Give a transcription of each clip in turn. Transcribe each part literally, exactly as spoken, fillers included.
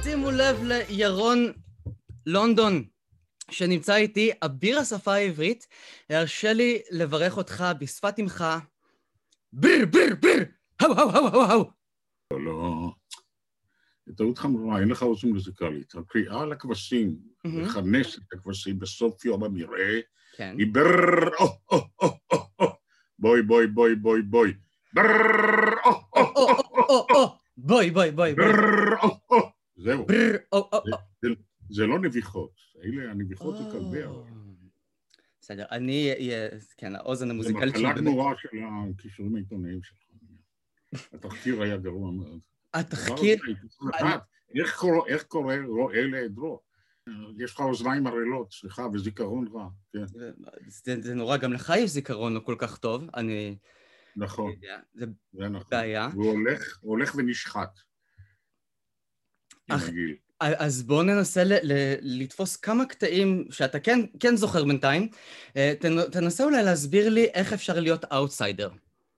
שימו לב לירון לונדון, שנמצא איתי, אביר השפה העברית. הרשה לי לברך אותך בשפת אמך. ביר, ביר, ביר! האו, האו, האו, האו, האו! לא, לא. טעות חמורה, אין לך אוזן מוזיקלית. הקריאה לכבשים, לכנס את הכבשים בסוף יום המרעה, היא ברר, או, או, או, או, או, בואי, בואי, בואי, בואי, בואי, ברר, או, או, או, או, או, בואי, בואי, בואי, בואי. ברר, או, או, זהו. ברר, או, או, או. זה לא נביחות, אלה הנביחות זה כלביה. בסדר, אני, כן, האוזן המוזיקלית שלי... זה מחלה גמורה של הכישורים העיתונאיים שלך. התחקיר היה גרוע מאוד. התחקיר... איך קורה רואה לעדרו? יש לך אוזניים ערלות, סליחה, וזיכרון רע. זה נורא, גם לך יש זיכרון לא כל כך טוב, אני... נכון. זה בעיה. והוא הולך ונשחט. עם הגיל. אז בואו ננסה לתפוס כמה קטעים שאתה כן זוכר בינתיים. תנסה אולי להסביר לי איך אפשר להיות אאוטסיידר.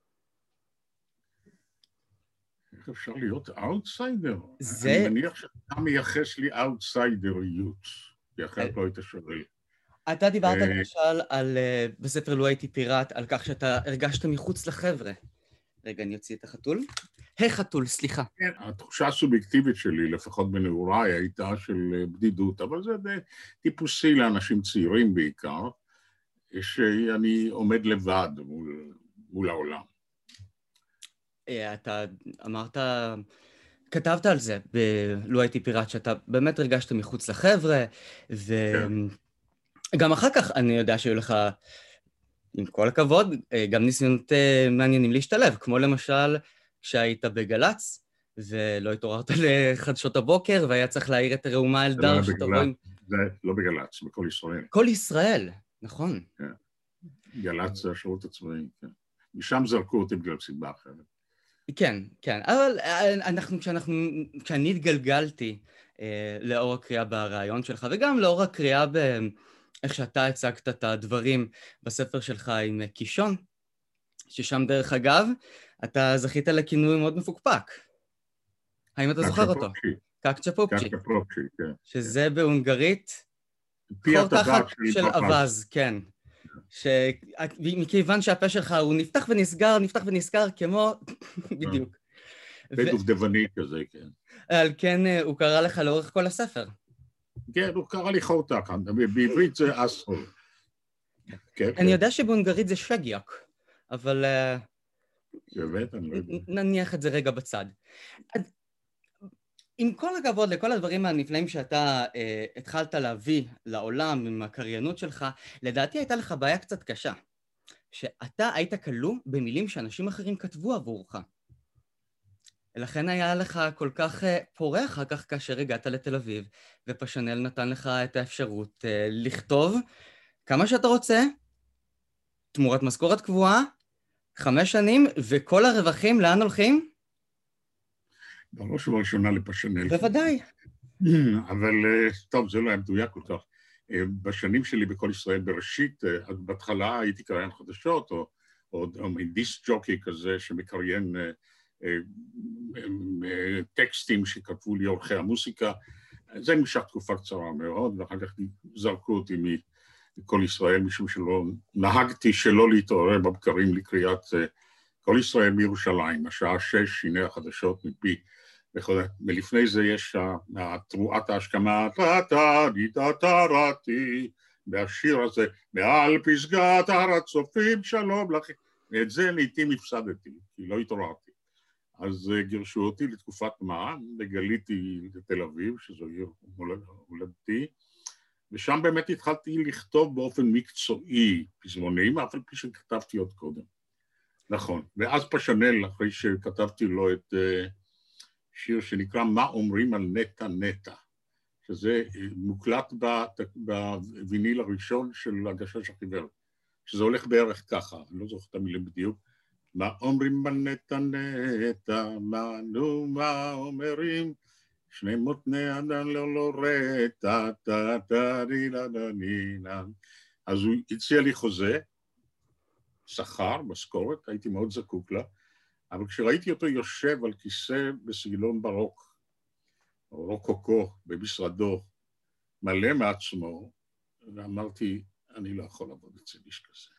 איך אפשר להיות אאוטסיידר? זה... אני מניח שאתה מייחס לי אאוטסיידריות, כי אחרת לא היית שווה. אתה דיברת למשל על, בספר לו הייתי פיראט, על כך שאתה הרגשת מחוץ לחבר'ה. רגע, אני אוציא את החתול. החתול, סליחה. כן, התחושה הסובייקטיבית שלי, לפחות בנעוריי, הייתה של בדידות, אבל זה טיפוסי לאנשים צעירים בעיקר, שאני עומד לבד מול, מול העולם. אתה אמרת, כתבת על זה בלו הייתי פיראט, שאתה באמת הרגשת מחוץ לחבר'ה, וגם אחר כך אני יודע שהיו לך, עם כל הכבוד, גם ניסיונות מעניינים להשתלב, כמו למשל כשהיית בגלץ, ולא התעוררת לחדשות הבוקר, והיה צריך להעיר את ראומה אלדר שתבואים... זה לא בגלץ, בכל ישראל. כל ישראל, נכון. גלץ זה השירות הצבאי, כן. משם זרקו אותי בגלל סיבה אחרת. כן, כן, אבל אנחנו, כשאנחנו, כשאני התגלגלתי אה, לאור הקריאה ברעיון שלך, וגם לאור הקריאה באיך שאתה הצגת את הדברים בספר שלך עם קישון, ששם דרך אגב, אתה זכית לכינוי מאוד מפוקפק. האם אתה זוכר אותו? קקצ'פופצ'י. קקצ'פופצ'י, כן. שזה בהונגרית חור תחת של אבז, כן. שמכיוון שהפה שלך הוא נפתח ונסגר, נפתח ונסגר כמו... בדיוק. בית דובדבני כזה, כן. על כן הוא קרא לך לאורך כל הספר. כן, הוא קרא לי חור תחת, בעברית זה אסהול. אני יודע שבהונגרית זה שגיוק, אבל... באמת, אני לא יודע. נניח את זה רגע בצד. עם כל הכבוד לכל הדברים הנפלאים שאתה אה, התחלת להביא לעולם עם הקריינות שלך, לדעתי הייתה לך בעיה קצת קשה, שאתה היית כלוא במילים שאנשים אחרים כתבו עבורך. לכן היה לך כל כך אה, פורה אחר כך כאשר הגעת לתל אביב, ופשנל נתן לך את האפשרות אה, לכתוב כמה שאתה רוצה, תמורת משכורת קבועה, חמש שנים, וכל הרווחים לאן הולכים? בראש ובראשונה לפשנל. בוודאי. אבל טוב, זה לא היה מדויק כל כך. בשנים שלי בכל ישראל בראשית, בהתחלה הייתי קריין חדשות, או, או, או דיסק ג'וקי כזה שמקריין טקסטים שכתבו לי עורכי המוסיקה. זה נמשך תקופה קצרה מאוד, ואחר כך זרקו אותי מכל ישראל, משום שלא נהגתי שלא להתעורר בבקרים לקריאת כל ישראל מירושלים, השעה שש, הנה החדשות מפי. ולפני זה יש תרועת ההשכמה, טה-טה-די-טה-טה-רתי, והשיר הזה, מעל פסגת הר הצופים, שלום לכם. ואת זה לעתים הפסדתי, כי לא התעוררתי. אז גירשו אותי לתקופת מה, וגליתי לתל אביב, שזו עיר הולדתי, ושם באמת התחלתי לכתוב באופן מקצועי פזמונים, אף על פי שכתבתי עוד קודם. נכון, ואז פשנל, אחרי שכתבתי לו את שיר שנקרא מה אומרים על נטע נטע, שזה מוקלט בוויניל הראשון של הגשש החיוור, שזה הולך בערך ככה, אני לא זוכר את המילים בדיוק, מה אומרים על נטע נטע, מה נו מה אומרים, שני מותני אדם לא לא רטה, טה טה די לה דה נינה. אז הוא הציע לי חוזה, שכר, משכורת, הייתי מאוד זקוק לה, אבל כשראיתי אותו יושב על כיסא בסגנון ברוק, רוקוקו במשרדו, מלא מעצמו, ואמרתי, אני לא יכול לעבוד אצל איש כזה.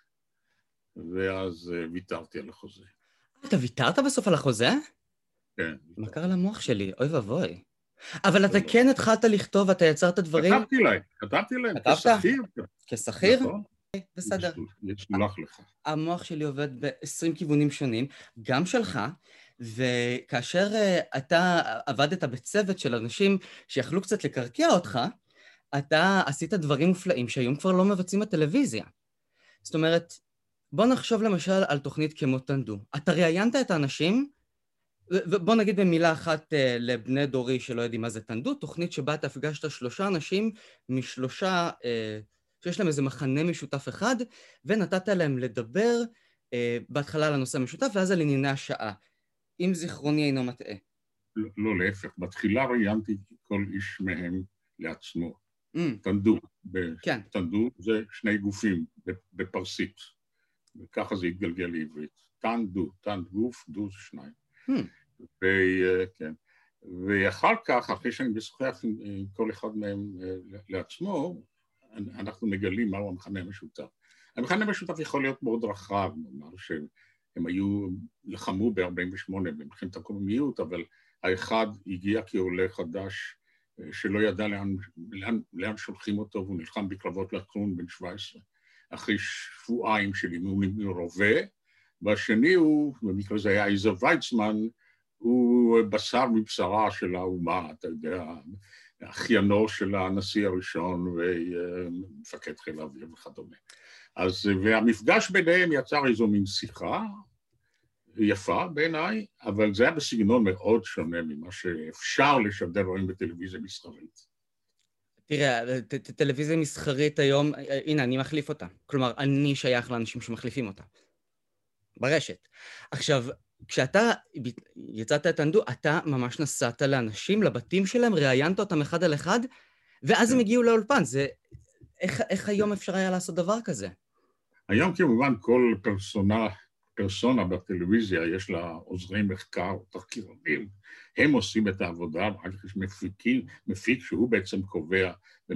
ואז ויתרתי על החוזה. אתה ויתרת בסוף על החוזה? כן. מה קרה למוח שלי? אוי ואבוי. אבל אתה כן התחלת לכתוב, אתה יצרת דברים... כתבתי להם, כתבתי להם, כשכיר. כשכיר? נכון. בסדר. יסולח לך. המוח שלי עובד ב-עשרים כיוונים שונים, גם שלך, וכאשר אתה עבדת בצוות של אנשים שיכלו קצת לקרקע אותך, אתה עשית דברים מופלאים שהיום כבר לא מבצעים בטלוויזיה. זאת אומרת, בוא נחשוב למשל על תוכנית כמו תנדו. אתה ראיינת את האנשים, ובוא נגיד במילה אחת לבני דורי שלא יודעים מה זה תנדו, תוכנית שבה אתה הפגשת שלושה אנשים משלושה, שיש להם איזה מחנה משותף אחד, ונתת להם לדבר בהתחלה על הנושא המשותף, ואז על ענייני השעה. אם זיכרוני אינו מטעה. לא, לא, להפך. בתחילה ראיינתי כל איש מהם לעצמו. Mm. תנדו. כן. תנדו זה שני גופים בפרסית. וככה זה התגלגל לעברית. תנדו, תנד גוף, דו זה שניים. Hmm. וכן. ואחר כך, אחרי שאני משוחח עם כל אחד מהם לעצמו, אנחנו מגלים מהו המכנה המשותף. המכנה המשותף יכול להיות מאוד רחב, נאמר שהם היו, לחמו ב-ארבעים ושמונה במלחמת הקוממיות, אבל האחד הגיע כעולה חדש שלא ידע לאן, לאן, לאן שולחים אותו, והוא נלחם בקרבות לקרון בן שבע עשרה, אחרי שבועיים של אימון רובה, והשני הוא, במקרה זה היה איזר ויצמן, הוא בשר מבשרה של האומה, אתה יודע, אחיינו של הנשיא הראשון ומפקד חיל האוויר וכדומה. אז, והמפגש ביניהם יצר איזו מין שיחה יפה בעיניי, אבל זה היה בסגנון מאוד שונה ממה שאפשר לשדר רואים בטלוויזיה מסחרית. תראה, טלוויזיה מסחרית היום, הנה, אני מחליף אותה. כלומר, אני שייך לאנשים שמחליפים אותה. ברשת. עכשיו, כשאתה יצאת את תנדו, אתה ממש נסעת לאנשים, לבתים שלהם, ראיינת אותם אחד על אחד, ואז הם הגיעו לאולפן. זה, איך, איך היום אפשר היה לעשות דבר כזה? היום כמובן כל פרסונה, פרסונה בטלוויזיה, יש לה עוזרי מחקר, תחקירנים, הם עושים את העבודה, אחר כך יש מפיקים, מפיק שהוא בעצם קובע,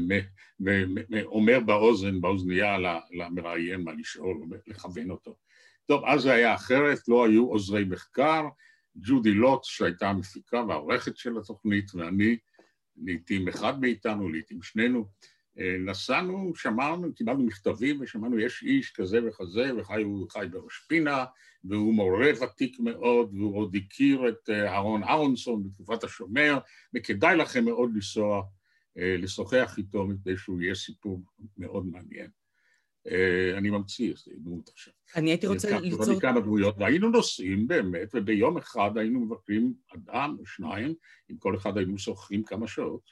ואומר באוזן, באוזנייה למראיין מה לשאול, לכוון אותו. טוב, אז זה היה אחרת, לא היו עוזרי מחקר, ג'ודי לוטס שהייתה המפיקה והעורכת של התוכנית, ואני, לעתים אחד מאיתנו, לעתים שנינו, נסענו, שמענו, קיבלנו מכתבים ושמענו, יש איש כזה וכזה, והוא חי בראש פינה, והוא מורה ותיק מאוד, והוא עוד הכיר את אהרון אהרונסון בתקופת השומר, וכדאי לכם מאוד לנסוע, לשוחח איתו, מפני שהוא יהיה סיפור מאוד מעניין. אני ממציא, זה דמות עכשיו. אני הייתי רוצה ליצור... מכמה דמויות, והיינו נוסעים באמת, וביום אחד היינו מבקרים אדם או שניים, עם כל אחד היינו שוחחים כמה שעות,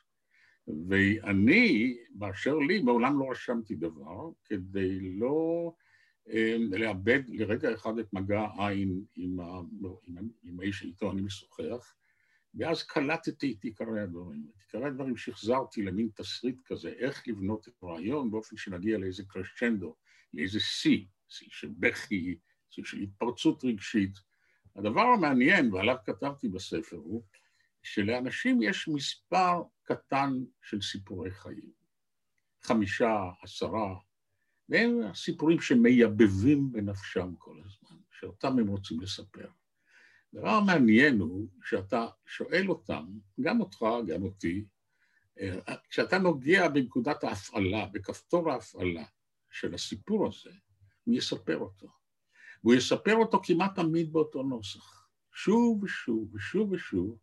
ואני, באשר לי, מעולם לא רשמתי דבר, כדי לא לאבד לרגע אחד את מגע העין עם, ה... עם, עם האיש איתו אני משוחח, ואז קלטתי את עיקרי הדברים. את עיקרי הדברים שחזרתי למין תסריט כזה, איך לבנות את הרעיון באופן שנגיע לאיזה קרשנדו, לאיזה שיא, שיא של בכי, שיא של התפרצות רגשית. הדבר המעניין, ועליו כתבתי בספר, הוא שלאנשים יש מספר קטן של סיפורי חיים. חמישה, עשרה, והם הסיפורים שמייבבים בנפשם כל הזמן, שאותם הם רוצים לספר. הדבר המעניין הוא שאתה שואל אותם, גם אותך, גם אותי, כשאתה נוגע בנקודת ההפעלה, בכפתור ההפעלה של הסיפור הזה, הוא יספר אותו. והוא יספר אותו כמעט תמיד באותו נוסח, שוב ושוב ושוב ושוב,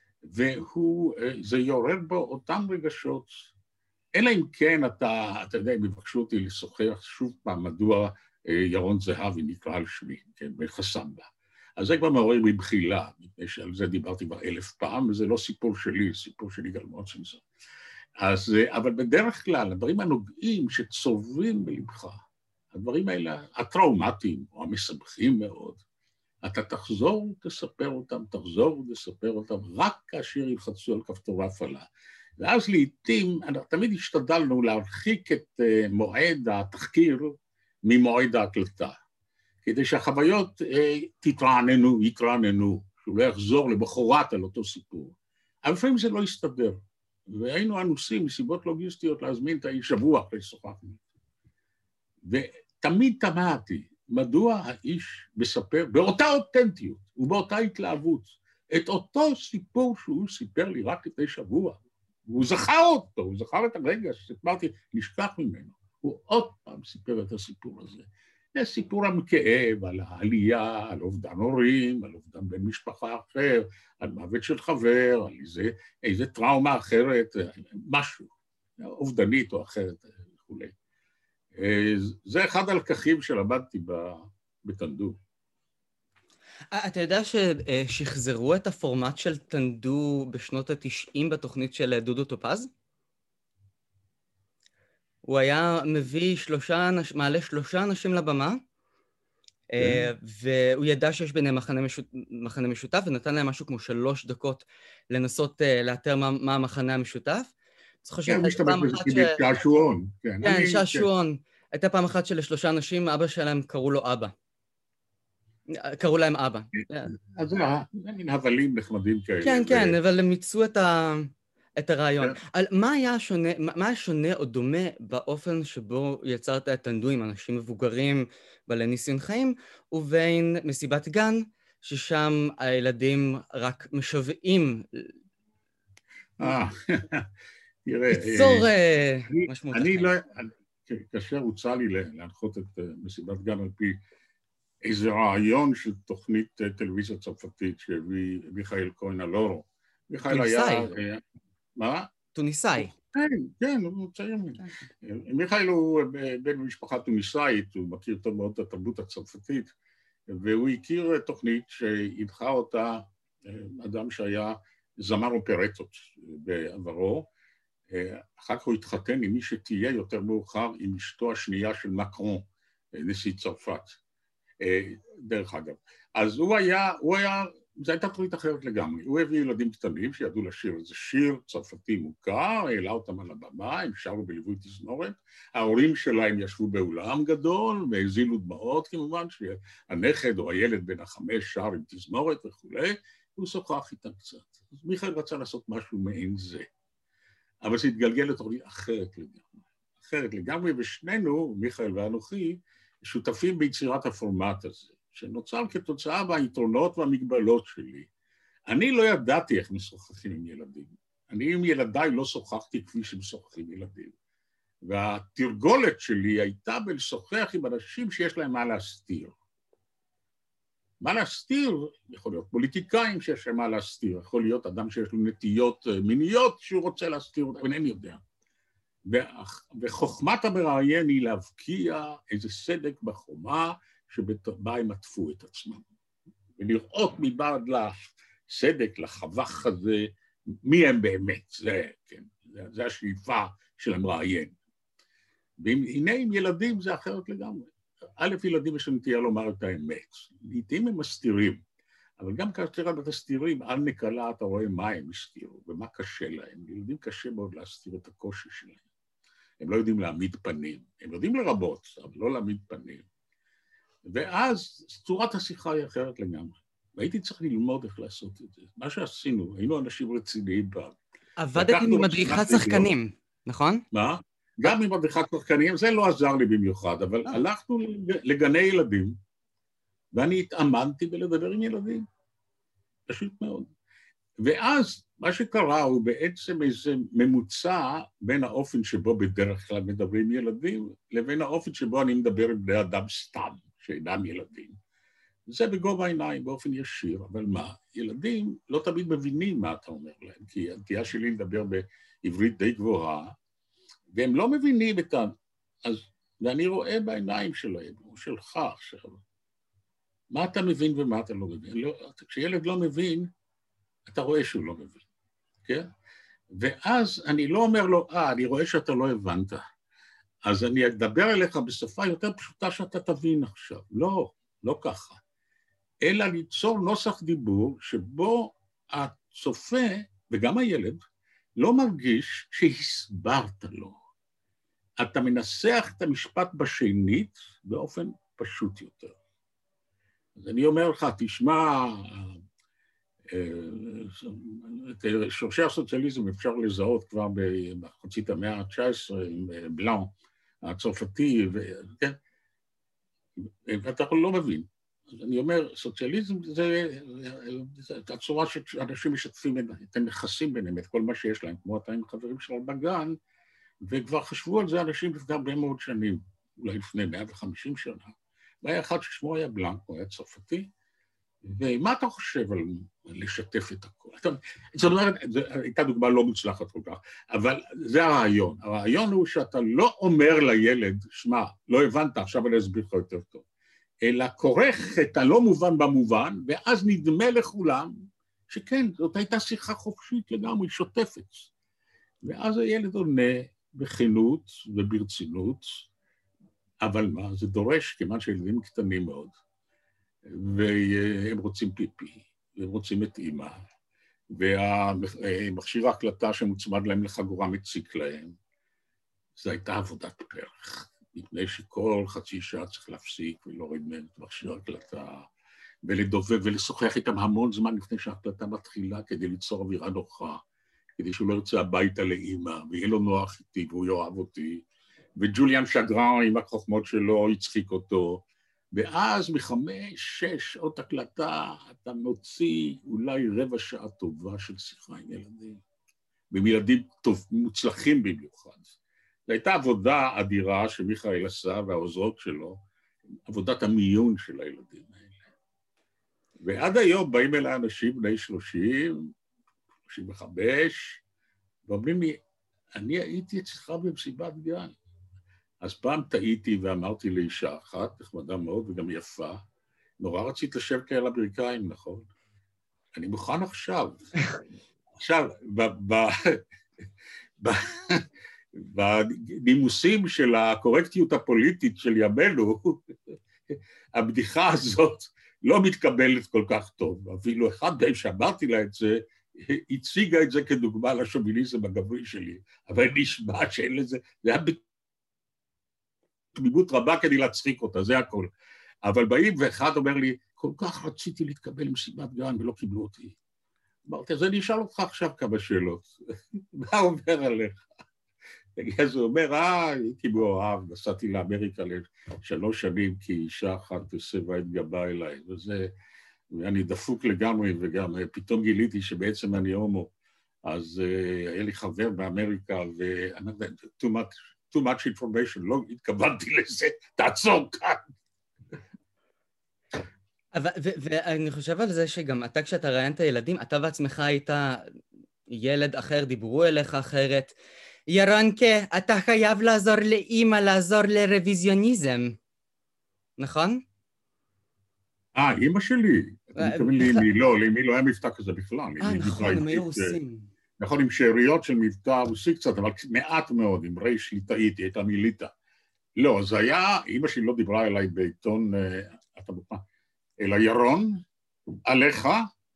וזה יעורר בו אותם רגשות, אלא אם כן אתה, אתה יודע, אם יבקשו אותי לשוחח שוב פעם, מדוע ירון זהבי נקרא על שמי, כן, בחסמבה. אז זה כבר מעורר מבחילה, מפני שעל זה דיברתי כבר אלף פעם, וזה לא סיפור שלי, סיפור של יגאל מוצנזון. אז, אבל בדרך כלל, הדברים הנוגעים שצורבים בלבך, הדברים האלה, הטראומטיים או המשמחים מאוד, אתה תחזור ותספר אותם, תחזור ותספר אותם, רק כאשר ילחצו על כפתור ההפעלה. ואז לעתים, תמיד השתדלנו להרחיק את מועד התחקיר ממועד ההקלטה, כדי שהחוויות תתרעננו, יתרעננו, שהוא לא יחזור לבחורת על אותו סיפור. אבל לפעמים זה לא הסתדר, והיינו אנוסים מסיבות לוגיסטיות להזמין את האיש שבוע אחרי שוחחנו. ותמיד תמהתי, מדוע האיש מספר באותה אותנטיות ובאותה התלהבות את אותו סיפור שהוא סיפר לי רק לפני שבוע. והוא זכר אותו, הוא זכר את הרגע שסיפרתי, נשכח ממנו. הוא עוד פעם סיפר את הסיפור הזה. זה סיפור המכאב על העלייה, על אובדן הורים, על אובדן בן משפחה אחר, על מוות של חבר, על איזה, איזה טראומה אחרת, משהו, אובדנית או אחרת וכו'. זה אחד הלקחים שלמדתי בטנדו. אתה יודע ששחזרו את הפורמט של טנדו בשנות ה-תשעים בתוכנית של דודו טופז? הוא היה מביא שלושה, מעלה שלושה אנשים לבמה, והוא ידע שיש ביניהם מחנה משותף, ונתן להם משהו כמו שלוש דקות לנסות לאתר מה המחנה המשותף. כן, הוא משתמש בזה כדי שעשועון. כן, שעשועון. הייתה פעם אחת שלשלושה אנשים, אבא שלהם קראו לו אבא. קראו להם אבא. אז זה מין הבלים נחמדים כאלה. כן, כן, אבל הם מיצו את ה... את הרעיון. על מה היה שונה, מה היה שונה או דומה באופן שבו יצרת את טנדו עם אנשים מבוגרים בעלי ניסיון חיים, ובין מסיבת גן, ששם הילדים רק משוועים אה, תראה, ליצור משמעות אני החיים. לא, כאשר הוצע לי להנחות את מסיבת גן על פי איזה רעיון של תוכנית טלוויזיה צרפתית שהביא מיכאל כהן אלורו. מיכאל היה... מה? טוניסאי. כן, כן, הוא צעיר ממני. מיכאל הוא בן משפחה טוניסאית, הוא מכיר טוב מאוד את התרבות הצרפתית, והוא הכיר תוכנית שהנחה אותה אדם שהיה זמר אופרטות בעברו. אחר כך הוא התחתן עם מי שתהיה יותר מאוחר עם אשתו השנייה של מקרון, נשיא צרפת. דרך אגב. אז הוא היה, הוא היה, זו הייתה תוכנית אחרת לגמרי. הוא הביא ילדים קטנים שידעו לשיר איזה שיר צרפתי מוכר, העלה אותם על הבמה, הם שרו בליווי תזמורת. ההורים שלהם ישבו באולם גדול, והזילו דמעות כמובן, שהנכד או הילד בן החמש שר עם תזמורת וכו', והוא שוחח איתם קצת. אז מיכאל רצה לעשות משהו מעין זה. אבל זה התגלגל לתוכנית אחרת לגמרי. אחרת לגמרי, ושנינו, מיכאל ואנוכי, שותפים ביצירת הפורמט הזה, שנוצר כתוצאה מהיתרונות והמגבלות שלי. אני לא ידעתי איך משוחחים עם ילדים. אני עם ילדיי לא שוחחתי כפי שמשוחחים ילדים. והתרגולת שלי הייתה בלשוחח עם אנשים שיש להם מה להסתיר. מה להסתיר? יכול להיות פוליטיקאים שיש להם מה להסתיר, יכול להיות אדם שיש לו נטיות מיניות שהוא רוצה להסתיר, אבל אינני יודע. וחוכמת המראיין היא להבקיע איזה סדק בחומה שבה הם עטפו את עצמם. ולראות מבעד לסדק, לחווך הזה, מי הם באמת, זה, כן, זה, זה השאיפה של המראיין. והנה עם ילדים זה אחרת לגמרי. א', ילדים יש נטייה לומר את האמת. לעתים הם מסתירים, אבל גם כאשר הם מסתירים, על נקלה אתה רואה מה הם הסתירו ומה קשה להם. לילדים קשה מאוד להסתיר את הקושי שלהם. הם לא יודעים להעמיד פנים. הם יודעים לרבות, אבל לא להעמיד פנים. ואז צורת השיחה היא אחרת לגמרי. והייתי צריך ללמוד איך לעשות את זה. מה שעשינו, היינו אנשים רציניים פעם. עבדתי עם מדריכת שחקנים, נכון? מה? גם עם מדריכת שחקנים, זה לא עזר לי במיוחד, אבל הלכנו לגני ילדים, ואני התאמנתי בלדבר עם ילדים. פשוט מאוד. ואז מה שקרה הוא בעצם איזה ממוצע בין האופן שבו בדרך כלל מדברים ילדים, לבין האופן שבו אני מדבר עם בני אדם סתם, שאינם ילדים. זה בגובה העיניים, באופן ישיר, אבל מה? ילדים לא תמיד מבינים מה אתה אומר להם, כי הנטייה שלי לדבר בעברית די גבוהה, והם לא מבינים את ה... אז, ואני רואה בעיניים שלהם, או שלך עכשיו, מה אתה מבין ומה אתה לא מבין. לא, כשילד לא מבין, אתה רואה שהוא לא מבין, כן? ואז אני לא אומר לו, אה, אני רואה שאתה לא הבנת, אז אני אדבר אליך בשפה יותר פשוטה שאתה תבין עכשיו. לא, לא ככה. אלא ליצור נוסח דיבור שבו הצופה, וגם הילד, לא מרגיש שהסברת לו. אתה מנסח את המשפט בשנית באופן פשוט יותר. אז אני אומר לך, תשמע, שורשי הסוציאליזם אפשר לזהות כבר בחצית המאה ה-תשע עשרה עם בלאן הצרפתי, וכן, ואתה לא מבין. אז אני אומר, סוציאליזם זה, זה הצורה שאנשים משתפים את הנכסים ביניהם, את כל מה שיש להם, כמו אתה עם חברים שלנו בגן, וכבר חשבו על זה אנשים לפני הרבה מאוד שנים, אולי לפני מאה וחמישים שנה. והיה אחד ששמו היה בלאן, הוא היה צרפתי, ומה אתה חושב על לשתף את הכל? זאת אומרת, זו הייתה דוגמה לא מוצלחת כל כך, אבל זה הרעיון. הרעיון הוא שאתה לא אומר לילד, שמע, לא הבנת, עכשיו אני אסביר לך יותר טוב, אלא כורך את הלא מובן במובן, ואז נדמה לכולם שכן, זאת הייתה שיחה חופשית לגמרי, שוטפת. ואז הילד עונה בכנות וברצינות, אבל מה, זה דורש, כיוון שילדים קטנים מאוד, והם רוצים פיפי, והם רוצים את אימא, והמכשיר ההקלטה שמוצמד להם לחגורה מציק להם, זו הייתה עבודת פרח, מפני שכל חצי שעה צריך להפסיק ולהוריד מהם את מכשיר ההקלטה, ולדובב ולשוחח איתם המון זמן לפני שההקלטה מתחילה, כדי ליצור אווירה נוחה, כדי שהוא לא ירצה הביתה לאימא, ויהיה לו נוח איתי והוא יאהב אותי, וג'וליאן שגרן עם החוכמות שלו הצחיק אותו, ואז מחמש, שש שעות הקלטה אתה מוציא אולי רבע שעה טובה של שיחה עם ילדים, ועם ילדים טוב, מוצלחים במיוחד. זו הייתה עבודה אדירה שמיכאל עשה והעוזרות שלו, עבודת המיון של הילדים האלה. ועד היום באים אליי אנשים בני שלושים, שלושים וחמש, ואומרים לי, אני הייתי אצלך במסיבת גן. אז פעם טעיתי ואמרתי לאישה אחת, נחמדה מאוד וגם יפה, נורא רצית לשבת לי על הברכיים, נכון? אני מוכן עכשיו. עכשיו, בנימוסים של הקורקטיות הפוליטית של ימינו, הבדיחה הזאת לא מתקבלת כל כך טוב. אפילו אחד מהם שאמרתי לה את זה, הציגה את זה כדוגמה לשוביניזם הגברי שלי, אבל נשמע שאין לזה, זה היה בתמימות רבה כדי להצחיק אותה, זה הכל. אבל באים ואחד אומר לי, כל כך רציתי להתקבל למסיבת גן ולא קיבלו אותי. אמרתי, אז אני אשאל אותך עכשיו כמה שאלות. מה עובר עליך? אז הוא אומר, אה, הייתי מאוהב, נסעתי לאמריקה לשלוש שנים, כי אישה אחת הסבה את גבה אליי, וזה, ואני דפוק לגמרי, וגם פתאום גיליתי שבעצם אני הומו. אז uh, היה לי חבר באמריקה, ואני יודע, too much, too much information, לא התכוונתי לזה, תעצור כאן. ואני חושב על זה שגם אתה, כשאתה ראיינת ילדים, אתה בעצמך היית ילד אחר, דיברו אליך אחרת. ירונקה, אתה חייב לעזור לאמא, לעזור לרוויזיוניזם. נכון? אה, אמא שלי. אתה מתכוון לאמי, לא, לאמי לא היה מבטא כזה בכלל. אה, נכון, הם היו רוסים. נכון, עם שאריות של מבטא רוסי קצת, אבל מעט מאוד, עם ריש ליטאית, היא הייתה מיליטה. לא, זה היה, אמא שלי לא דיברה אליי בעיתון, אתה מוכן, אלא ירון, עליך,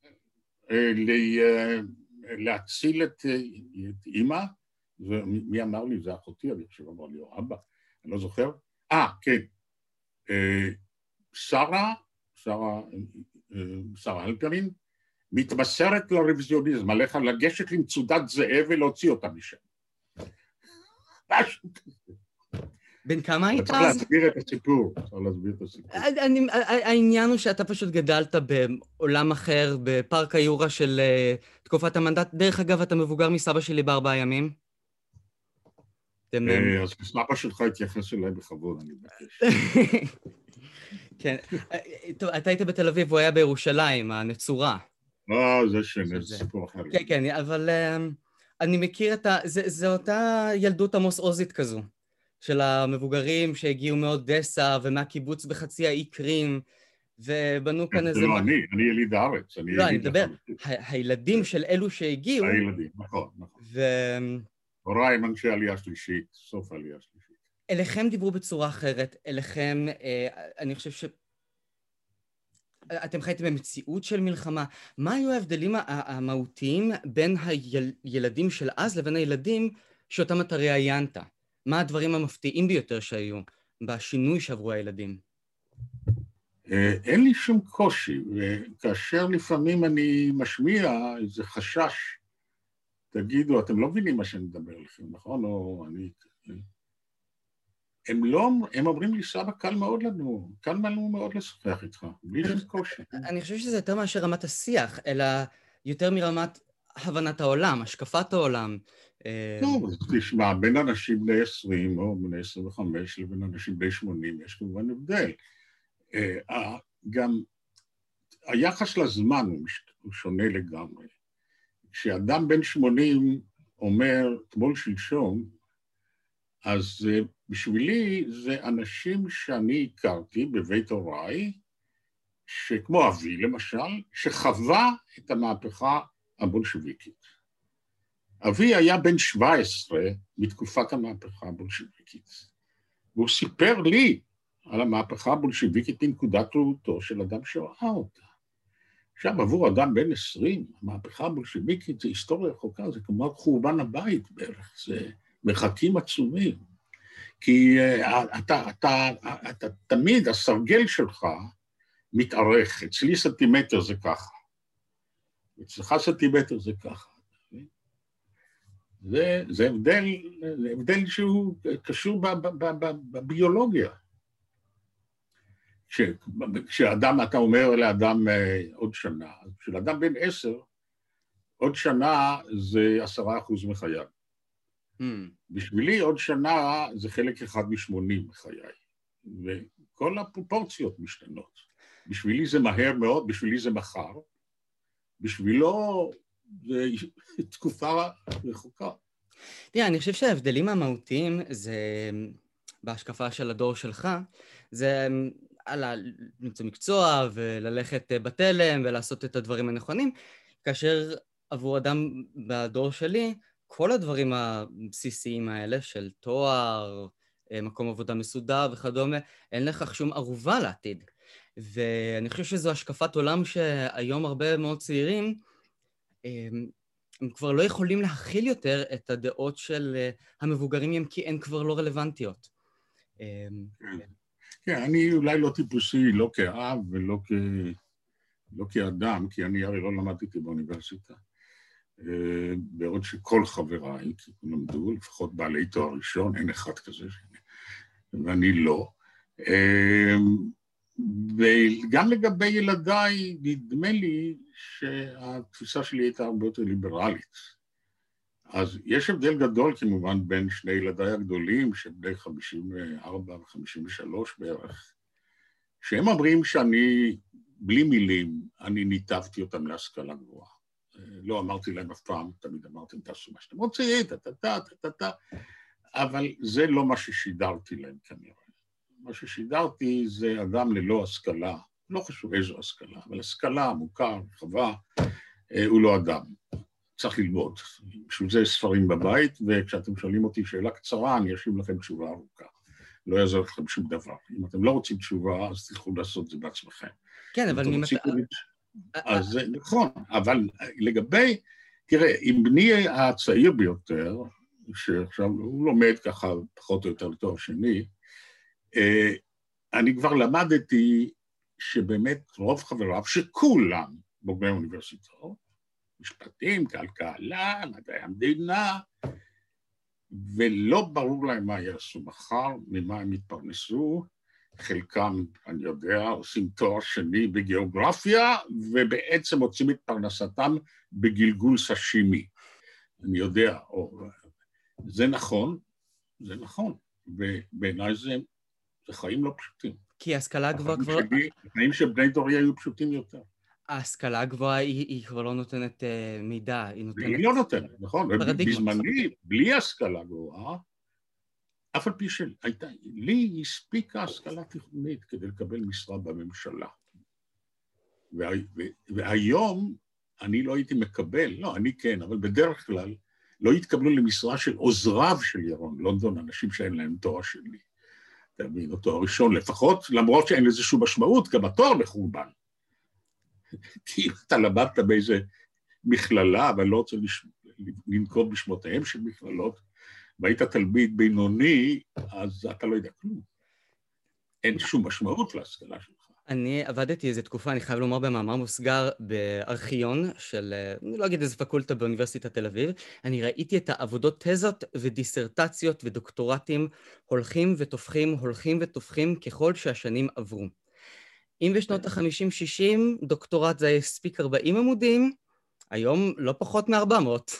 להציל את אמא, ומי אמר לי? זה אחותי, אני חושב, אמר לי, או אבא, אני לא זוכר. אה, כן. שרה, שרה, שרה הלפרין, מתמסרת לרוויזיוניזם, עליך לגשת למצודת זאב ולהוציא אותה משם. משהו כזה. בן כמה היית אז? צריך להסביר את הסיפור, צריך להסביר את הסיפור. העניין הוא שאתה פשוט גדלת בעולם אחר, בפארק היורה של תקופת המנדט. דרך אגב, אתה מבוגר מסבא שלי בארבעה ימים. אז סבא שלך התייחס אליי בכבוד, אני מבקש. כן. טוב, אתה היית בתל אביב, הוא היה בירושלים, הנצורה. אה, זה שני, זה סיפור אחר. כן, כן, אבל אני מכיר את ה... זה אותה ילדות עמוס עוזית כזו, של המבוגרים שהגיעו מאודסה ומהקיבוץ בחצי האי קרים, ובנו כאן איזה... זה לא אני, אני יליד הארץ. לא, אני מדבר, הילדים של אלו שהגיעו... הילדים, נכון, נכון. הוריי הם אנשי עלייה שלישית, סוף העלייה שלישית. אליכם דיברו בצורה אחרת, אליכם, אני חושב ש... אתם חייתם במציאות של מלחמה. מה היו ההבדלים המהותיים בין הילדים של אז לבין הילדים שאותם אתה ראיינת? מה הדברים המפתיעים ביותר שהיו בשינוי שעברו הילדים? אין לי שום קושי, וכאשר לפעמים אני משמיע איזה חשש, תגידו, אתם לא מבינים מה שאני מדבר לכם, נכון? או אני... הם לא, הם אומרים לי, סבא, קל מאוד לנו, קל לנו מאוד לשוחח איתך, בלי שום קושי. אני חושב שזה יותר מאשר רמת השיח, אלא יותר מרמת הבנת העולם, השקפת העולם. טוב, תשמע, בין אנשים בני עשרים או בני עשרים וחמש לבין אנשים בני שמונים, יש כמובן הבדל. גם היחס לזמן הוא שונה לגמרי. כשאדם בן שמונים אומר, תמול שלשום, אז בשבילי זה אנשים שאני הכרתי בבית הוריי, שכמו אבי למשל, שחווה את המהפכה הבולשביקית. אבי היה בן שבע עשרה מתקופת המהפכה הבולשביקית, והוא סיפר לי על המהפכה הבולשביקית מנקודת ראותו של אדם שראה אותה. עכשיו, עבור אדם בן עשרים, המהפכה הבולשביקית זה היסטוריה רחוקה, זה כמו חורבן הבית בערך, זה מרחקים עצומים. כי אתה, אתה, אתה, אתה תמיד, הסרגל שלך מתארך, אצלי סנטימטר זה ככה, אצלך סנטימטר זה ככה. זה, זה הבדל, זה הבדל שהוא קשור בביולוגיה. כשאדם, אתה אומר לאדם עוד שנה, כשאדם בן עשר, עוד שנה זה עשרה אחוז מחייו. Mm. בשבילי עוד שנה זה חלק אחד משמונים מחיי, וכל הפרופורציות משתנות. בשבילי זה מהר מאוד, בשבילי זה מחר, בשבילו זה תקופה רחוקה. תראה, אני חושב שההבדלים המהותיים זה, בהשקפה של הדור שלך, זה על למצוא מקצוע וללכת בתלם ולעשות את הדברים הנכונים, כאשר עבור אדם בדור שלי, כל הדברים הבסיסיים האלה של תואר, מקום עבודה מסודר וכדומה, אין לכך שום ערובה לעתיד. ואני חושב שזו השקפת עולם שהיום הרבה מאוד צעירים, הם כבר לא יכולים להכיל יותר את הדעות של המבוגרים, כי הן כבר לא רלוונטיות. כן, אני אולי לא טיפוסי, לא כאב ולא כאדם, כי אני הרי לא למדתי באוניברסיטה. בעוד שכל חבריי, כי הם למדו, לפחות בעלי תואר ראשון, אין אחד כזה, ואני לא. וגם לגבי ילדיי, נדמה לי שהתפיסה שלי הייתה הרבה יותר ליברלית. אז יש הבדל גדול כמובן בין שני ילדיי הגדולים, שבני חמישים וארבע וחמישים ושלוש בערך, שהם אומרים שאני, בלי מילים, אני ניתבתי אותם להשכלה גבוהה. לא אמרתי להם אף פעם, תמיד אמרתם, תעשו מה שאתם רוצים, טה-טה-טה, טה-טה-טה, אבל זה לא מה ששידרתי להם כנראה. מה ששידרתי זה אדם ללא השכלה, לא חשוב איזו השכלה, אבל השכלה, מוכר, רחבה, הוא לא אדם. צריך ללמוד. בשביל זה ספרים בבית, וכשאתם שואלים אותי שאלה קצרה, אני אשיב לכם תשובה ארוכה. לא יעזור לכם שום דבר. אם אתם לא רוצים תשובה, אז תלכו לעשות את זה בעצמכם. כן, אבל ממתי... אז זה נכון, אבל לגבי, תראה, עם בני הצעיר ביותר, שעכשיו הוא לומד ככה פחות או יותר לתואר שני, אני כבר למדתי שבאמת רוב חבריו, שכולם בוגרי אוניברסיטאות, משפטים, כלכלה, מדעי המדינה, ולא ברור להם מה יעשו מחר, ממה הם יתפרנסו, חלקם, אני יודע, עושים תואר שני בגיאוגרפיה, ובעצם מוצאים את פרנסתם בגלגול סשימי. אני יודע, או, זה נכון, זה נכון, ובעיניי זה, זה חיים לא פשוטים. כי ההשכלה הגבוהה כבר... החיים שבני דורי היו פשוטים יותר. ההשכלה הגבוהה היא, היא כבר לא נותנת uh, מידע, היא נותנת... היא לא נותנת, נכון. בזמני, בלי השכלה גבוהה, אף על פי שהייתה, לי הספיקה השכלה תיכונית כדי לקבל משרה בממשלה. וה, והיום אני לא הייתי מקבל, לא, אני כן, אבל בדרך כלל לא התקבלו למשרה של עוזריו של ירון לונדון, אנשים שאין להם תואר שלי. אתה מבין, אותו הראשון לפחות, למרות שאין איזושהי משמעות, גם התואר מחורבן. כי אם אתה למדת באיזה מכללה, אבל לא רוצה לנקוב בשמותיהם של מכללות, והיית תלמיד בינוני, אז אתה לא יודע כלום. אין שום משמעות להשכלה שלך. אני עבדתי איזו תקופה, אני חייב לומר במאמר מוסגר, בארכיון של, אני לא אגיד איזה פקולטה באוניברסיטת תל אביב, אני ראיתי את העבודות תזות ודיסרטציות ודוקטורטים הולכים ותופחים, הולכים ותופחים ככל שהשנים עברו. אם בשנות ה-חמישים שישים דוקטורט זה הספיק ארבעים עמודים, היום לא פחות מ-ארבע מאות.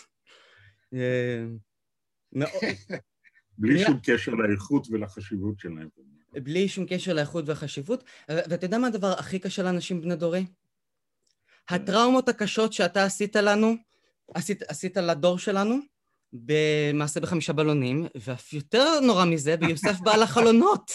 בלי שום קשר לאיכות ולחשיבות שלהם. בלי שום קשר לאיכות והחשיבות. ואתה יודע מה הדבר הכי קשה לאנשים בני דורי? הטראומות הקשות שאתה עשית לנו, עשית, עשית לדור שלנו, במעשה בחמישה בלונים, ואף יותר נורא מזה, ביוסף בעל החלונות.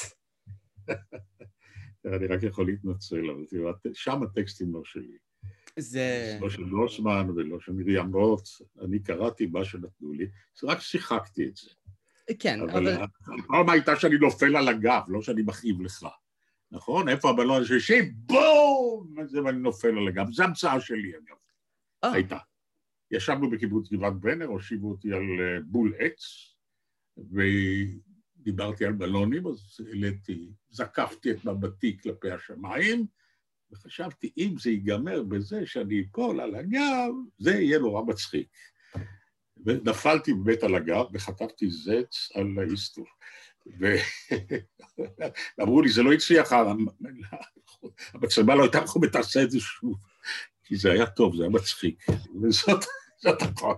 אני רק יכול להתנצל, אבל תראה, שם הטקסטים לא שלי. זה... לא של גרוסמן ולא של מרים רוט, אני קראתי מה שנתנו לי, רק שיחקתי את זה. כן, אבל... אבל... הפעם הייתה שאני נופל על הגב, לא שאני מכאיב לך. נכון? איפה הבלון השלישי? בום! ואני נופל על הגב. זו המצאה שלי, אגב. הייתה. ישבנו בקיבוץ גבעת ברנר, הושיבו אותי על בול עץ, ודיברתי על בלונים, אז העליתי, זקפתי את מבטי כלפי השמיים, וחשבתי, אם זה ייגמר בזה שאני אפול על הגב, זה יהיה נורא מצחיק. ונפלתי באמת על הגב, וחטפתי זץ על האיסטור. ואמרו לי, זה לא הצליח, המצלמה לא הייתה יכולה תעשה את זה שוב, כי זה היה טוב, זה היה מצחיק. וזאת הפעם.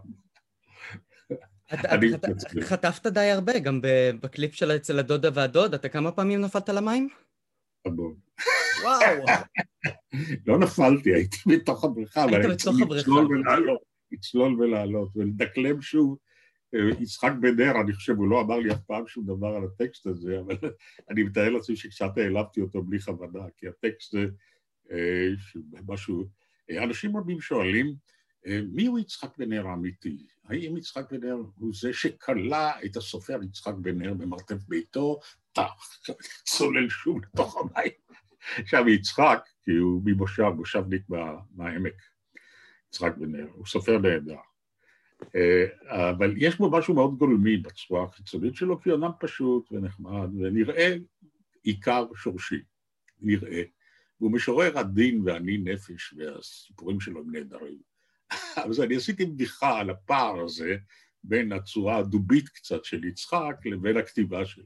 חטפת די הרבה, גם בקליפ של אצל הדודה והדוד, אתה כמה פעמים נפלת למים? המון. וואו. לא נפלתי, הייתי בתוך הבריכה, היית בתוך הבריכה. לצלול ולעלות, ולדקלם שוב, יצחק בן נר, אני חושב, הוא לא אמר לי אף פעם שום דבר על הטקסט הזה, אבל אני מתאר לעצמי שקצת העלבתי אותו בלי כוונה, כי הטקסט זה משהו... אנשים רבים שואלים, מי הוא יצחק בן נר האמיתי? האם יצחק בן נר הוא זה שקלה את הסופר יצחק בן נר במרתף ביתו, צולל שוב לתוך המים? עכשיו יצחק, כי הוא ממושב, מושבניק מהעמק, יצחק בן נר, הוא סופר נהדר. אבל יש בו משהו מאוד גולמי בצורה החיצונית שלו, כי הוא אדם פשוט ונחמד, ונראה עיקר שורשי, נראה. והוא משורר עדין ועני נפש, והסיפורים שלו הם נהדרים. אז אני עשיתי בדיחה על הפער הזה, בין הצורה הדובית קצת של יצחק, לבין הכתיבה שלו.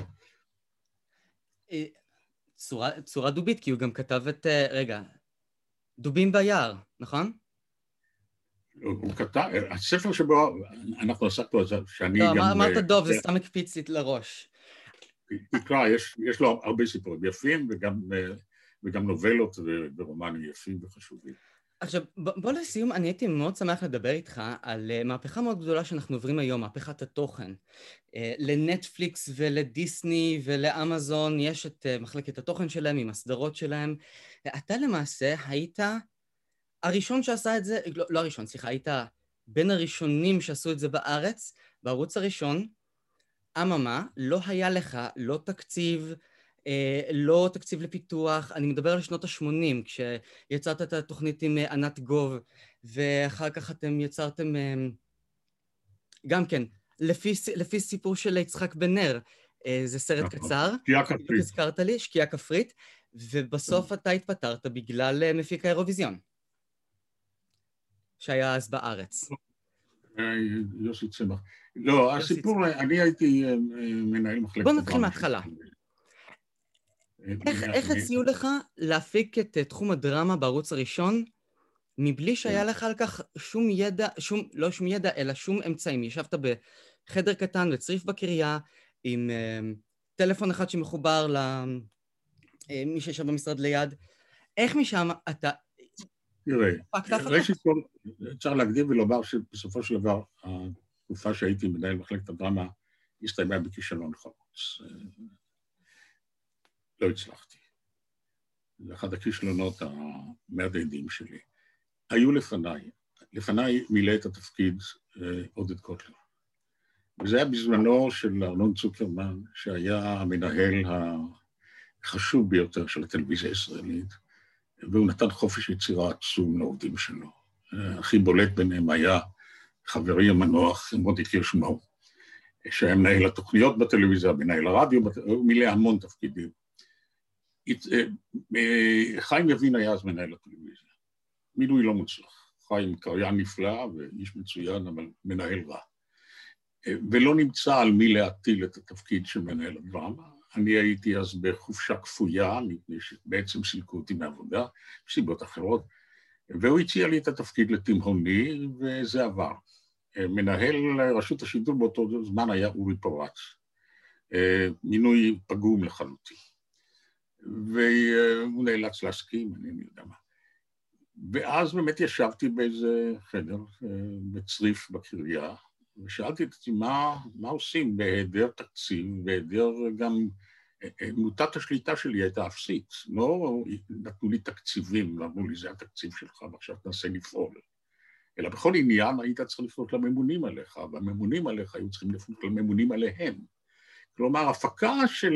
צורה, צורה דובית, כי הוא גם כתב את, רגע, דובים ביער, נכון? הוא כתב, הספר שבו אנחנו עסקנו על זה, שאני לא, גם... לא, אמרת דוב, זה סתם הקפיץ לי לראש. תקרא, יש, יש לו הרבה סיפורים יפים, וגם, וגם נובלות ורומנים יפים וחשובים. עכשיו, בוא לסיום, אני הייתי מאוד שמח לדבר איתך על מהפכה מאוד גדולה שאנחנו עוברים היום, מהפכת התוכן. לנטפליקס ולדיסני ולאמזון יש את מחלקת התוכן שלהם עם הסדרות שלהם. אתה למעשה היית הראשון שעשה את זה, לא, לא הראשון, סליחה, היית בין הראשונים שעשו את זה בארץ, בערוץ הראשון, אממה, לא היה לך לא תקציב, לא תקציב לפיתוח, אני מדבר על שנות ה-שמונים, כשיצרת את התוכנית עם ענת גוב, ואחר כך אתם יצרתם, גם כן, לפי, לפי סיפור של יצחק בן נר, זה סרט קצר, שקיעה כפרית. הזכרת לי, שקיעה כפרית, ובסוף אתה התפטרת בגלל מפיק האירוויזיון, שהיה אז בארץ. יוסי צמח. לא, הסיפור, אני הייתי מנהל מחלקת... בוא נתחיל מההתחלה. איך, איך הציעו לך להפיק את תחום הדרמה בערוץ הראשון, מבלי שהיה לך על כך שום ידע, שום, לא שום ידע, אלא שום אמצעים? ישבת בחדר קטן, בצריף בקריה, עם uh, טלפון אחד שמחובר למי uh, שישב במשרד ליד. איך משם אתה... תראה, ראשית כל, צריך להקדים ולומר שבסופו של דבר, התקופה שהייתי מנהל מחלקת הדרמה, הסתיימה בכישלון חרוץ. לא הצלחתי. זה אחד הכישלונות המהדהדים שלי. היו לפניי, לפניי מילא את התפקיד עודד קוטלר. וזה היה בזמנו של ארנון צוקרמן, שהיה המנהל החשוב ביותר של הטלוויזיה הישראלית, והוא נתן חופש יצירה עצום לעובדים שלו. הכי בולט ביניהם היה חברי המנוח, מוטי קירשנאו, שהיה מנהל התוכניות בטלוויזיה, מנהל הרדיו, הוא מילא המון תפקידים. חיים יבין היה אז מנהל הטלוויזיה. מינוי לא מוצלח. חיים קריין נפלא ואיש מצוין, אבל מנהל רע. ולא נמצא על מי להטיל את התפקיד של מנהל הדרמה. אני הייתי אז בחופשה כפויה, מפני שבעצם סילקו אותי מעבודה, בסיבות אחרות, והוא הציע לי את התפקיד לתימהוני, וזה עבר. מנהל רשות השידור באותו זמן היה אורי פורץ. מינוי פגום לחלוטין. והוא נאלץ להסכים, אני לא יודע מה. ואז באמת ישבתי באיזה חדר, בצריף בקריה, ושאלתי את עצמי, מה, מה עושים בהיעדר תקציב, בהיעדר גם, מוטת השליטה שלי הייתה אפסית. לא נתנו לי תקציבים, אמרו לי, זה התקציב שלך, ועכשיו תנסה לפעול. אלא בכל עניין היית צריך לפנות לממונים עליך, והממונים עליך היו צריכים לפנות לממונים עליהם. כלומר, הפקה של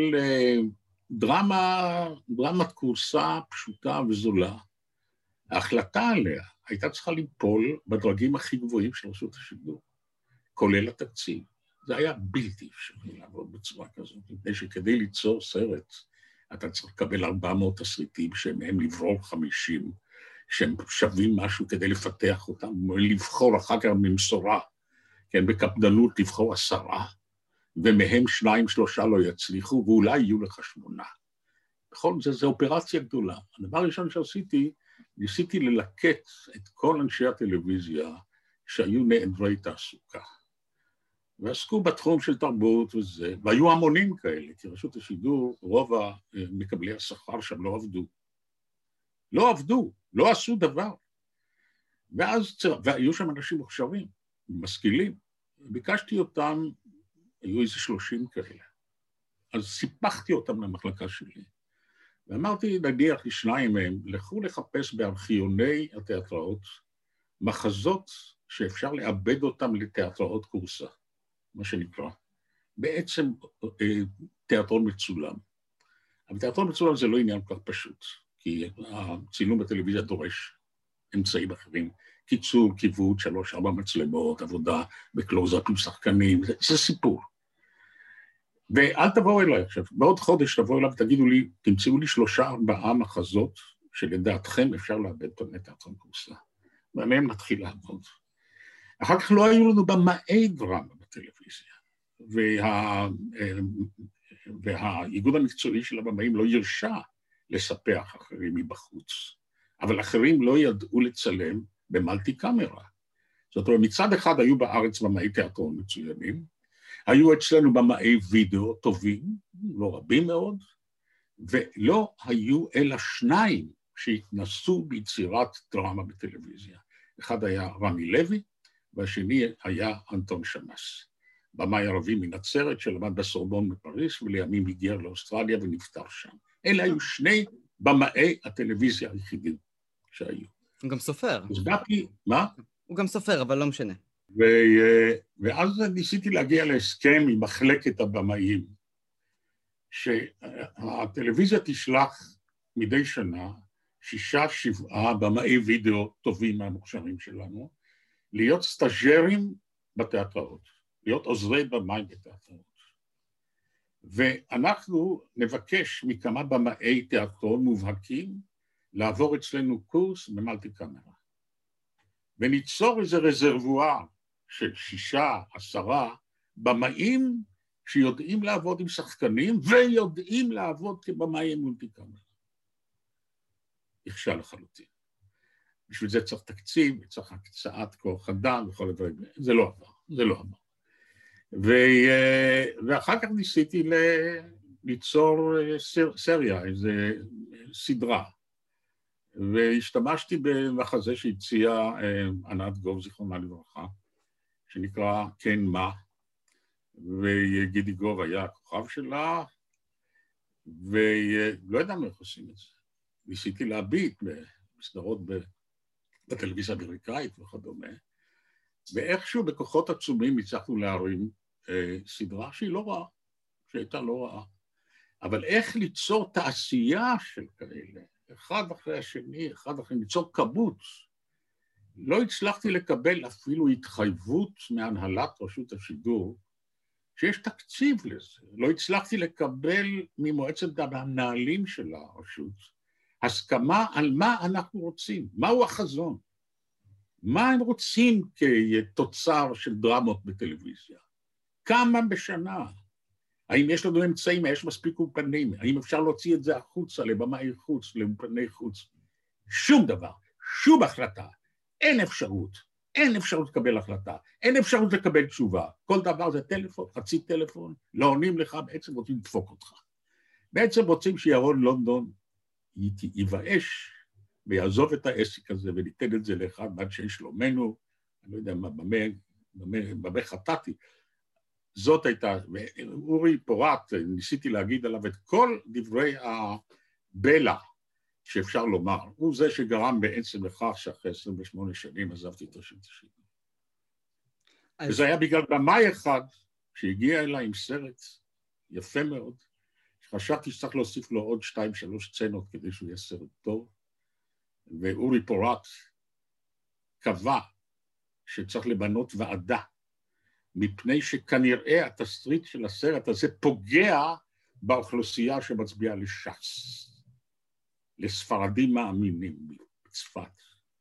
דרמה, דרמת קורסה פשוטה וזולה, ההחלטה עליה הייתה צריכה ליפול בדרגים הכי גבוהים של רשות השידור, כולל התקציב. זה היה בלתי אפשרי לעבוד בצורה כזאת, מפני שכדי ליצור סרט, אתה צריך לקבל ארבע מאות תסריטים שמהם לברור חמישים, שהם שווים משהו כדי לפתח אותם, לבחור אחר כך ממסורה, כן, בקפדנות לבחור עשרה, ומהם שניים, שלושה לא יצליחו, ואולי יהיו לך שמונה. בכל זאת, זו אופרציה גדולה. הדבר הראשון שעשיתי, ניסיתי ללקט את כל אנשי הטלוויזיה שהיו נעדרי תעסוקה. ועסקו בתחום של תרבות וזה, והיו המונים כאלה, כי רשות השידור, רוב מקבלי השכר שם לא עבדו. לא עבדו, לא עשו דבר. ואז, והיו שם אנשים מוכשרים, משכילים. ביקשתי אותם, היו איזה שלושים כאלה. אז סיפחתי אותם למחלקה שלי. ואמרתי, נניח לשניים מהם, לכו לחפש בארכיוני התיאטראות, מחזות שאפשר לאבד אותם לתיאטראות קורסה, מה שנקרא. בעצם תיאטרון מצולם. אבל תיאטרון מצולם זה לא עניין כל כך פשוט, כי הצילום בטלוויזיה דורש אמצעים אחרים, קיצור, כיוות, שלוש, ארבע מצלמות, עבודה בקלוזאפ עם שחקנים, זה, זה סיפור. ואל תבואו אליי עכשיו, בעוד חודש תבואו אליו ותגידו לי, תמצאו לי שלושה, ארבעה מחזות, שלדעתכם אפשר לאבד אותם לתיאטרון קורסה. ועליהם נתחיל לעבוד. אחר כך לא היו לנו במאי דרמה בטלוויזיה, וה... והאיגוד המקצועי של הבמאים לא ירשה לספח אחרים מבחוץ, אבל אחרים לא ידעו לצלם במלטי קאמרה. זאת אומרת, מצד אחד היו בארץ במאי תיאטרון מצוינים, היו אצלנו במאי וידאו טובים, לא רבים מאוד, ולא היו אלא שניים שהתנסו ביצירת דרמה בטלוויזיה. אחד היה רמי לוי, והשני היה אנטון שמאס. במאי ערבי מנצרת שלמד בסורבון בפריס, ולימים הגיע לאוסטרליה ונפטר שם. אלה היו שני במאי הטלוויזיה היחידים שהיו. הוא גם סופר. אז באתי, מה? הוא גם סופר, אבל לא משנה. ו... ואז ניסיתי להגיע להסכם עם מחלקת הבמאים, שהטלוויזיה תשלח מדי שנה שישה, שבעה במאי וידאו טובים מהמוכשרים שלנו, להיות סטאז'רים בתיאטראות, להיות עוזרי במאי בתיאטראות. ואנחנו נבקש מכמה במאי תיאטרון מובהקים לעבור אצלנו קורס במלטי קאמרה. וניצור איזה רזרבואר של שישה, עשרה, במאים שיודעים לעבוד עם שחקנים ויודעים לעבוד כבמאי מולטי קאמרה. נכשל לחלוטין. בשביל זה צריך תקציב, צריך הקצאת כוח אדם וכל הדברים. זה לא עבר, זה לא עבר. ו... ואחר כך ניסיתי ל... ליצור סר... סריה, איזה סדרה. והשתמשתי במחזה שהציעה ענת גוב, זיכרונה לברכה, שנקרא כן מה, וגידי גוב היה הכוכב שלה, ולא ידענו איך עושים את זה. ניסיתי להביט בסדרות בטלוויזיה האמריקאית וכדומה, ואיכשהו בכוחות עצומים הצלחנו להרים אה, סדרה שהיא לא רעה, שהייתה לא רעה. אבל איך ליצור תעשייה של כאלה, אחד אחרי השני, אחד אחרי, ליצור כמות, לא הצלחתי לקבל אפילו התחייבות מהנהלת רשות השידור, שיש תקציב לזה. לא הצלחתי לקבל ממועצת המנהלים של הרשות הסכמה על מה אנחנו רוצים, מהו החזון, מה הם רוצים כתוצר של דרמות בטלוויזיה, כמה בשנה, האם יש לנו אמצעים, יש מספיק אולפנים, האם אפשר להוציא את זה החוצה, לבמאי חוץ, לאולפני חוץ, שום דבר, שום החלטה, אין אפשרות, אין אפשרות לקבל החלטה, אין אפשרות לקבל תשובה, כל דבר זה טלפון, חצי טלפון, לא עונים לך, בעצם רוצים לדפוק אותך. בעצם רוצים שירון לונדון ייבאש ויעזוב את העסק הזה וניתן את זה לאחד מאנשי שלומנו, אני לא יודע מה, במה, במה, במה חטאתי. זאת הייתה, ואורי פורט, ניסיתי להגיד עליו את כל דברי הבלע שאפשר לומר, הוא זה שגרם בעצם לכך שאחרי עשרים ושמונה שנים עזבתי את רשות השידור. אז... וזה היה בגלל במאי אחד שהגיע אליי עם סרט יפה מאוד, חשבתי שצריך להוסיף לו עוד שתיים, שלוש סצנות כדי שהוא יהיה סרט טוב, ואורי פורט קבע שצריך לבנות ועדה, מפני שכנראה התסריט של הסרט הזה פוגע באוכלוסייה שמצביעה לש"ס, לספרדים מאמינים בצפת.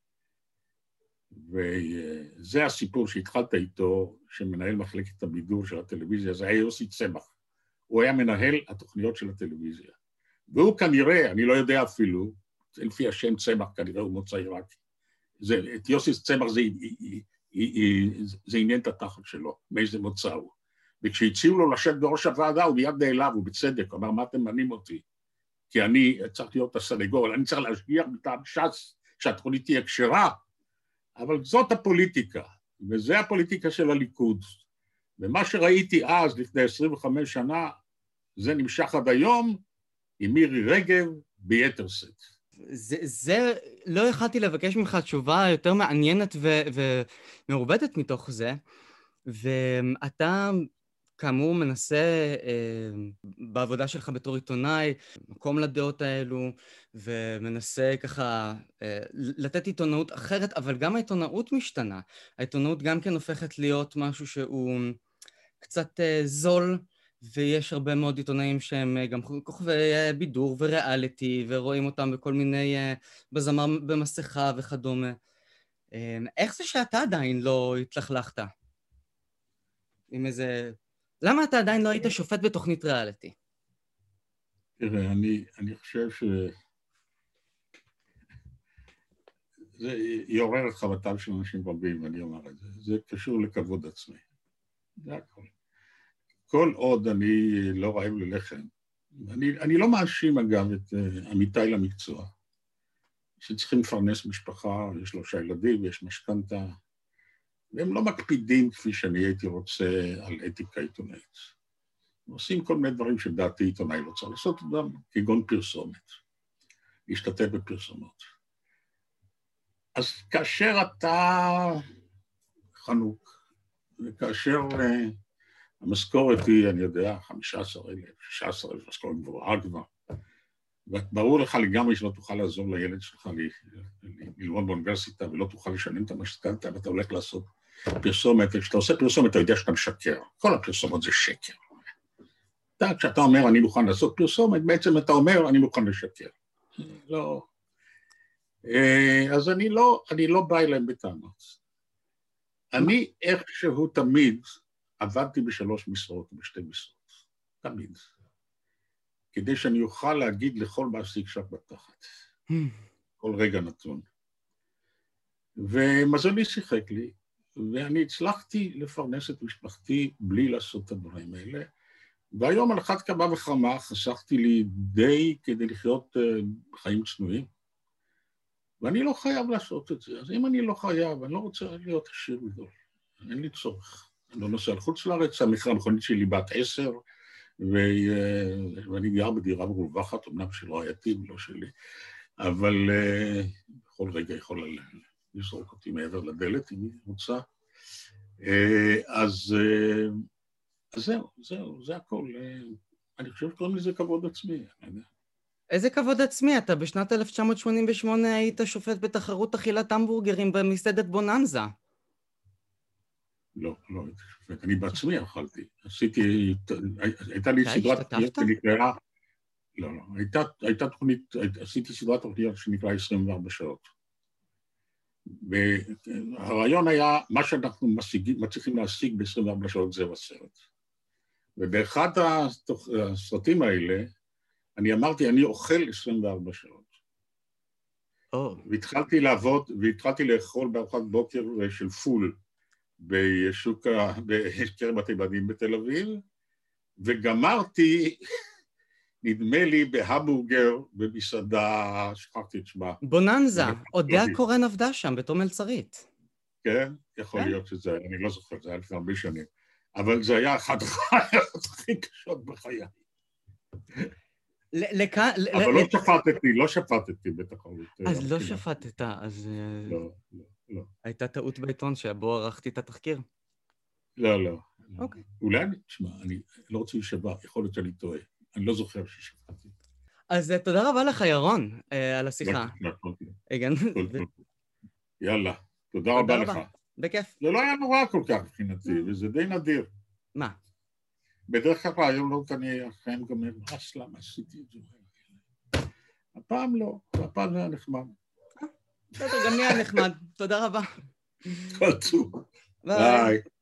וזה הסיפור שהתחלת איתו, שמנהל מחלקת הבידור של הטלוויזיה, זה היה יוסי צמח. הוא היה מנהל התוכניות של הטלוויזיה. והוא כנראה, אני לא יודע אפילו, לפי השם צמח, כנראה הוא מוצא עיראקי. זה, את יוסי צמח זה, זה עניין את התחת שלו, מאיזה מוצא הוא. וכשהציעו לו לשבת בראש הוועדה, הוא מיד נעלב, הוא בצדק, אמר, מה אתם מנים אותי? כי אני צריך להיות הסנגור, אני צריך להשגיח מטעם ש"ס, שהתוכנית תהיה כשרה, אבל זאת הפוליטיקה, וזה הפוליטיקה של הליכוד. ומה שראיתי אז, לפני עשרים וחמש שנה, זה נמשך עד היום, עם מירי רגב ביתר שאת. זה, זה, לא יכלתי לבקש ממך תשובה יותר מעניינת ו, ומעובדת מתוך זה, ואתה כאמור מנסה אה, בעבודה שלך בתור עיתונאי, מקום לדעות האלו, ומנסה ככה אה, לתת עיתונאות אחרת, אבל גם העיתונאות משתנה. העיתונאות גם כן הופכת להיות משהו שהוא קצת אה, זול, ויש הרבה מאוד עיתונאים שהם גם כוכבי בידור וריאליטי, ורואים אותם בכל מיני, בזמר במסכה וכדומה. איך זה שאתה עדיין לא התלכלכת? עם איזה... למה אתה עדיין לא היית שופט בתוכנית ריאליטי? תראה, אני, אני חושב ש... זה יעורר את חבטם של אנשים רבים, אני אומר את זה. זה קשור לכבוד עצמי. זה הכל. כל עוד אני לא רעב ללחם, אני, אני לא מאשים אגב את uh, עמיתי למקצוע, שצריכים לפרנס משפחה, יש שלושה ילדים, יש משכנתה, והם לא מקפידים כפי שאני הייתי רוצה על אתיקה עיתונאית. הם עושים כל מיני דברים שדעתי עיתונאי לא צריך לעשות אותם, כגון פרסומת, להשתתף בפרסומות. אז כאשר אתה חנוק, וכאשר... Uh, המשכורת היא, אני יודע, חמישה עשר אלף, שישה עשר אלף, משכורת גבוהה כבר. וברור לך לגמרי שלא תוכל לעזור לילד שלך ללמוד באוניברסיטה, ולא תוכל לשלם את המשכנתה, ואתה הולך לעשות פרסומת. כשאתה עושה פרסומת, אתה יודע שאתה משקר. כל הפרסומות זה שקר. אתה, כשאתה אומר, אני מוכן לעשות פרסומת, בעצם אתה אומר, אני מוכן לשקר. לא. אז אני לא, אני לא בא אליהם בטענות. אני איכשהו תמיד, עבדתי בשלוש משרות, בשתי משרות, תמיד. כדי שאני אוכל להגיד לכל מעסיק שק בתחת, כל רגע נתון. ומזלי שיחק לי, ואני הצלחתי לפרנס את משפחתי בלי לעשות את הדברים האלה, והיום על אחת כמה וכמה חסכתי לי די כדי לחיות חיים צנועים, ואני לא חייב לעשות את זה. אז אם אני לא חייב, אני לא רוצה להיות עשיר גדול, אין לי צורך. אני לא נוסע לחוץ לארץ, המחיר המכונית שלי בת עשר, ואני גר בדירה מרווחת, אמנם שלא הייתי ולא שלי, אבל בכל רגע יכול לזרוק אותי מעבר לדלת, אם היא רוצה. אז זהו, זהו, זה הכל. אני חושב שקוראים לזה כבוד עצמי. איזה כבוד עצמי? אתה בשנת אלף תשע מאות שמונים ושמונה היית שופט בתחרות אכילת המבורגרים במסעדת בוננזה. לא, לא הייתי שופט, אני בעצמי אכלתי. עשיתי, הייתה לי סדרת תוכניות שנקראה, לא, לא, הייתה, הייתה תוכנית, עשיתי סדרת תוכניות שנקראה עשרים וארבע שעות. והרעיון היה, מה שאנחנו משיגים, מצליחים להשיג ב-עשרים וארבע שעות זה בסרט. ובאחד הסרטים האלה, אני אמרתי, אני אוכל עשרים וארבע שעות. Oh. והתחלתי לעבוד, והתחלתי לאכול בארוחת בוקר של פול בשוק, בקרב התימנים בתל אביב, וגמרתי, נדמה לי, בהמבורגר במסעדה, שכחתי את שמה. בוננזה, אודיה קורן עבדה שם בתור מלצרית. כן, יכול להיות שזה, אני לא זוכר, זה היה לפני הרבה שנים. אבל זה היה אחת החיות הכי קשות בחיי. אבל לא שפטתי, לא שפטתי בתחרות. אז לא שפטת, אז... לא, לא, לא. הייתה טעות בעיתון שבו ערכתי את התחקיר? לא, לא. אוקיי. אולי, תשמע, אני לא רוצה להישבע, יכול להיות שאני טועה. אני לא זוכר ששפטתי. אז תודה רבה לך, ירון, על השיחה. יאללה, תודה רבה לך. בכיף. זה לא היה נורא כל כך מבחינתי, וזה די נדיר. מה? בדרך כלל רעיונות אני אכן גומר, אז למה עשיתי את זה? הפעם לא, הפעם זה היה נחמד. בסדר, גם לי היה נחמד. תודה רבה. כל טוב. ביי.